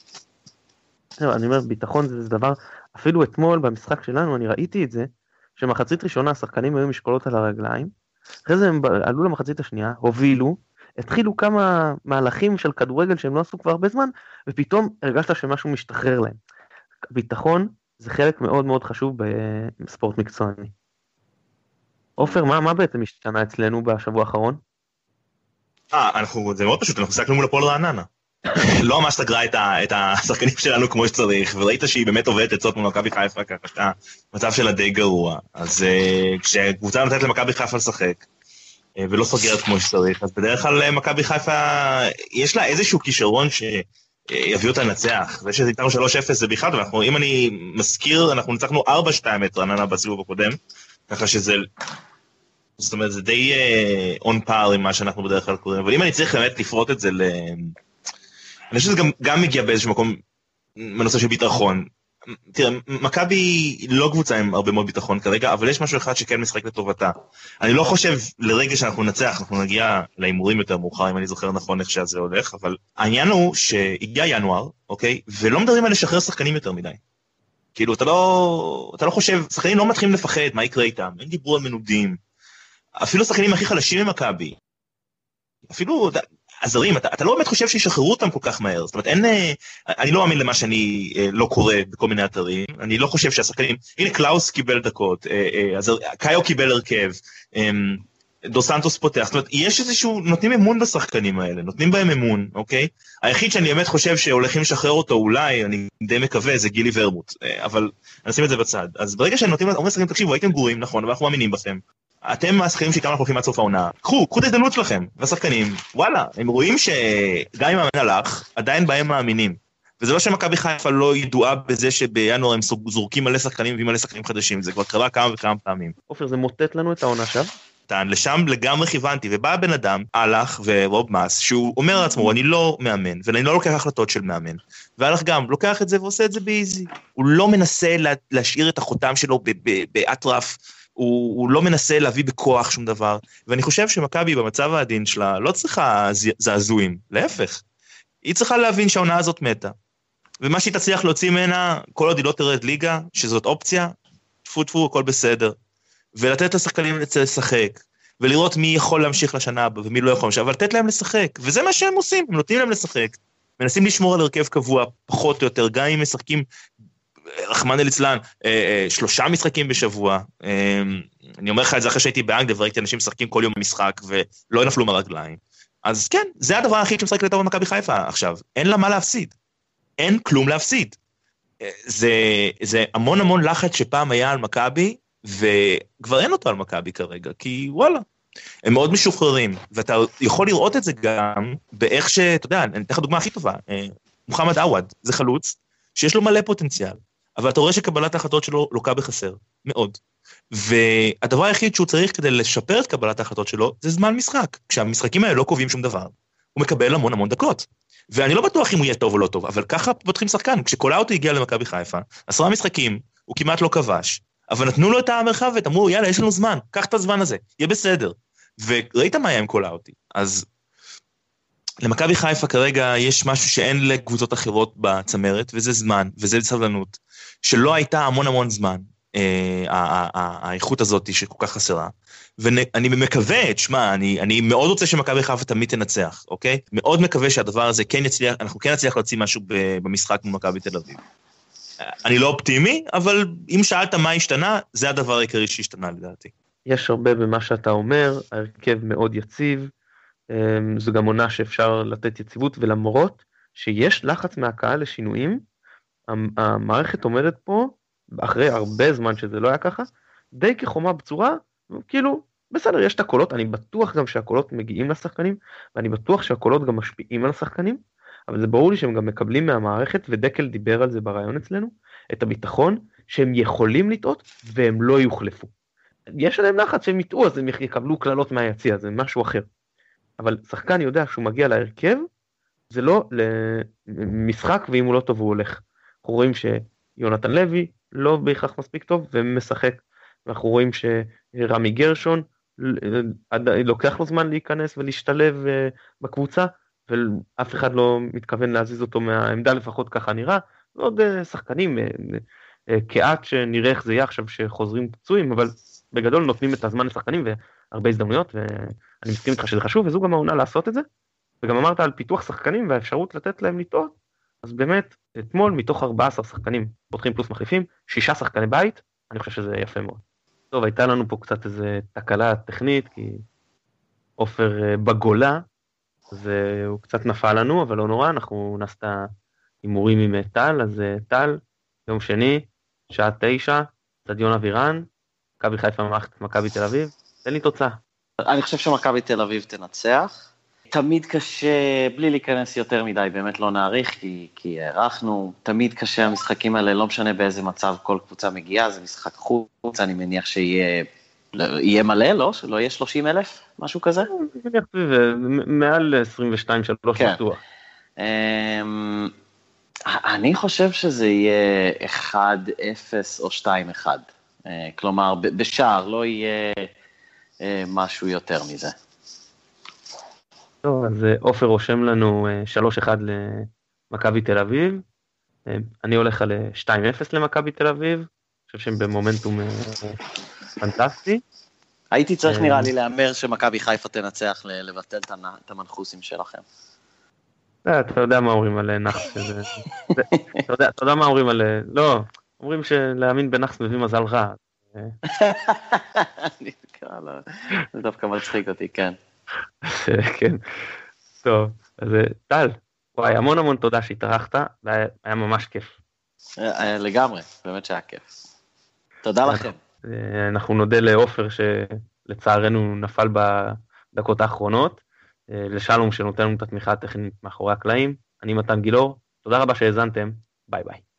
אני אומר, ביטחון זה דבר, אפילו אתמול במשחק שלנו, אני ראיתי את זה, שמחצית ראשונה השחקנים היו משקולות על הרגליים, אחרי זה הם עלו למחצית השנייה, הובילו, התחילו כמה מהלכים של כדורגל שהם לא עשו כבר הרבה זמן, ופתאום הרגשת שמשהו משתחרר להם. ביטחון זה חלק מאוד מאוד חשוב בספורט מקצועני. עופר, מה בעצם השתנה אצלנו בשבוע האחרון? זה מאוד פשוט, אנחנו שחקנו מול הפועל רעננה. לא ממש סגרה את השחקנים שלנו כמו שצריך, וראית שהיא באמת עובדת עצות מול מכבי חיפה, ככה שהמצב שלה די גרוע. אז כשקבוצה נותנת למכבי חיפה לשחק, ולא סוגרת כמו שצריך, אז בדרך כלל מכבי חיפה, יש לה איזשהו כישרון שיביא אותה לנצח. זה שזה איתנו 3-0 זה בכלל, אם אני מזכיר, אנחנו ניצחנו 4-2 את רעננה בסיבוב הקודם, ככה שזה, זאת אומרת, זה די on par עם מה שאנחנו בדרך כלל קוראים, אבל אם אני צריך באמת לפרוט את זה אני חושב שזה גם מגיע באיזשהו מקום בנושא של ביטחון. תראה, מכבי לא קבוצה עם הרבה מאוד ביטחון כרגע, אבל יש משהו אחד שכן משחק לטובתה. אני לא חושב לרגע שאנחנו נצח, אנחנו נגיע לאימורים יותר מאוחר, אם אני זוכר נכון איך שזה הולך, אבל העניין הוא שהגיע ינואר, אוקיי, ולא מדברים על לשחרר שחקנים יותר מדי. כאילו, אתה לא חושב, שחקנים לא מתחילים לפחד, מה יקרה איתם? אין דיבור על מנודים. אפילו שחקנים הכי חלשים ממכבי. אפילו הזרים, אתה לא באמת חושב שישחררו אותם כל כך מהר, זאת אומרת, אני לא מאמין למה שאני לא קורא בכל מיני אתרים, אני לא חושב שהשחקנים, הנה קלאוס קיבל דקות, קאיו קיבל הרכב, דו סנטוס פותח, זאת אומרת, יש איזשהו, נותנים אמון בשחקנים האלה, נותנים בהם אמון, אוקיי? היחיד שאני באמת חושב שהולכים לשחרר אותו, אולי, אני די מקווה, זה גילי ורמוט, אבל נשים את זה בצד. אז ברגע שנותנים, אומרים לשחקנים, תקשיבו, הייתם גרועים, נכון, אבל אנחנו מאמינים בכם. אתם השחקנים שאיתם אנחנו הולכים עד סוף העונה, קחו את ההזדמנות שלכם, והשחקנים, וואלה, הם רואים שגם אם המאמן הלך, עדיין בהם מאמינים. וזה לא שמכבי חיפה לא ידועה בזה שבינואר הם זורקים מלא שחקנים ומלא שחקנים חדשים, זה כבר קרה כמה וכמה פעמים. עופר, זה מוטט לנו את העונה שם? לשם לגמרי כיוונתי, ובא בן אדם, הלך ורוב מס, שהוא אומר לעצמו, אני לא מאמן, ואני לא לוקח החלטות של מאמן, והלך גם, לוקח את זה ועושה את זה באיזי. הוא לא מנסה להשאיר את החותם שלו באטרף, הוא לא מנסה להביא בכוח שום דבר, ואני חושב שמכבי במצב העדין שלה לא צריכה זעזועים, להפך. היא צריכה להבין שהעונה הזאת מתה, ומה שהיא תצליח להוציא ממנה, כל עוד היא לא תרד ליגה, שזאת אופציה, טפו, הכל בסדר. ולתת לשחקנים לשחק, ולראות מי יכול להמשיך לשנה הבאה, ומי לא יכול להמשיך, אבל לתת להם לשחק, וזה מה שהם עושים, הם נותנים להם לשחק, מנסים לשמור על הרכב קבוע, פחות או יותר, גם אם משחקים, רחמנא ליצלן, 3 משחקים בשבוע, אני אומר לך את זה אחרי שהייתי באנגליה, וראיתי אנשים משחקים כל יום במשחק, ולא נפלו מהרגליים, אז כן, זה הדבר הכי שמשחק לטוב במכבי חיפה עכשיו, אין לה מה להפסיד, אין כלום להפסיד, זה המון לחץ שפעם היה על מכבי, וכבר אין אותו על מכבי כרגע, כי וואלה, הם מאוד משוחררים, ואתה יכול לראות את זה גם באיך אתה יודע, אני אתן לך דוגמה הכי טובה, מוחמד עווד, זה חלוץ, שיש לו מלא פוטנציאל, אבל אתה רואה שקבלת ההחלטות שלו לוקה בחסר, מאוד. והדבר היחיד שהוא צריך כדי לשפר את קבלת ההחלטות שלו, זה זמן משחק. כשהמשחקים האלה לא קובעים שום דבר, הוא מקבל המון דקות. ואני לא בטוח אם הוא יהיה טוב או לא טוב, אבל ככה פותחים שחקן. כשקולאוטי הגיע למכבי חיפה, 10 משחקים, הוא כמעט לא כבש, אבל נתנו לו את המרחב ואמרו, יאללה, יש לנו זמן, קח את הזמן הזה, יהיה בסדר. וראית מה היה עם קולאוטי. אז למכבי חיפה כרגע יש משהו שאין לקבוצות אחרות בצמרת, וזה זמן, וזה סבלנות, שלא הייתה המון זמן, האיכות הזאת שכל כך חסרה, ואני מקווה, תשמע, אני מאוד רוצה שמכבי חיפה תמיד תנצח, אוקיי? מאוד מקווה שהדבר הזה כן יצליח, אנחנו כן נצליח להוציא משהו במשחק מול מכבי תל אביב. אני לא אופטימי, אבל אם שאלת מה השתנה, זה הדבר העיקרי שהשתנה לדעתי. יש הרבה במה שאתה אומר, הרכב מאוד יציב, זו גם עונה שאפשר לתת יציבות, ולמרות שיש לחץ מהקהל לשינויים, המערכת עומדת פה, אחרי הרבה זמן שזה לא היה ככה, די כחומה בצורה, כאילו, בסדר, יש את הקולות, אני בטוח גם שהקולות מגיעים לשחקנים, ואני בטוח שהקולות גם משפיעים על השחקנים, אבל זה ברור לי שהם גם מקבלים מהמערכת, ודקל דיבר על זה ברעיון אצלנו, את הביטחון שהם יכולים לטעות, והם לא יוחלפו. יש עליהם לחץ שהם יטעו, אז הם יקבלו כללות מהיציע, זה משהו אחר. אבל שחקן יודע שהוא מגיע להרכב, זה לא למשחק, ואם הוא לא טוב הוא הולך. אנחנו רואים יונתן לוי לא בהכרח מספיק טוב ומשחק, ואנחנו רואים שרמי גרשון לוקח לו זמן להיכנס ולהשתלב בקבוצה, ואף אחד לא מתכוון להזיז אותו מהעמדה, לפחות ככה נראה, ועוד שחקנים כעט שנראה איך זה יהיה עכשיו שחוזרים פצועים, אבל בגדול נותנים את הזמן לשחקנים והרבה הזדמנויות, ואני מסכים איתך שזה חשוב, וזו גם העונה לעשות את זה, וגם אמרת על פיתוח שחקנים והאפשרות לתת להם לטעות, אז באמת, אתמול מתוך 14 שחקנים פותחים פלוס מחליפים, 6 שחקני בית, אני חושב שזה יפה מאוד. טוב, הייתה לנו פה קצת איזה תקלה טכנית, כי עופר בגולה, אז הוא קצת נפל לנו, אבל לא נורא, אנחנו נעשתה הימורים עם טל, אז טל, יום שני, שעה 9, סטדיון אבירן, מכבי חיפה מערכת מכבי תל אביב, תן לי תוצאה. אני חושב שמכבי תל אביב תנצח. תמיד קשה, בלי להיכנס יותר מדי, באמת לא נעריך, כי הערכנו, תמיד קשה המשחקים האלה, לא משנה באיזה מצב כל קבוצה מגיעה, זה משחק חוץ, אני מניח שיהיה מלא, לא? שלא יהיה 30,000, משהו כזה? אני מניח מעל 22-3 בטוח. אני חושב שזה יהיה 1-0 או 2-1, כלומר, בשער לא יהיה משהו יותר מזה. טוב, אז עופר רושם לנו 3-1 למכבי תל אביב, אני הולך על 2-0 למכבי תל אביב, אני חושב שהם במומנטום פנטסטי. הייתי צריך נראה לי לאמר שמכבי חיפה תנצח לבטל את המנחוסים שלכם. אתה יודע מה אומרים על נחס, אתה יודע מה אומרים על, לא, אומרים שלהאמין בנחס מביא מזל רע. זה דווקא מצחיק אותי, כן. כן, טוב, אז טל, וואי, המון תודה שהתארחת, היה ממש כיף. לגמרי, באמת שהיה כיף. תודה לכם. אנחנו נודה לעופר שלצערנו נפל בדקות האחרונות, לשלום שנותן לנו את התמיכה הטכנית מאחורי הקלעים, אני מתן גילאור, תודה רבה שהאזנתם, ביי ביי.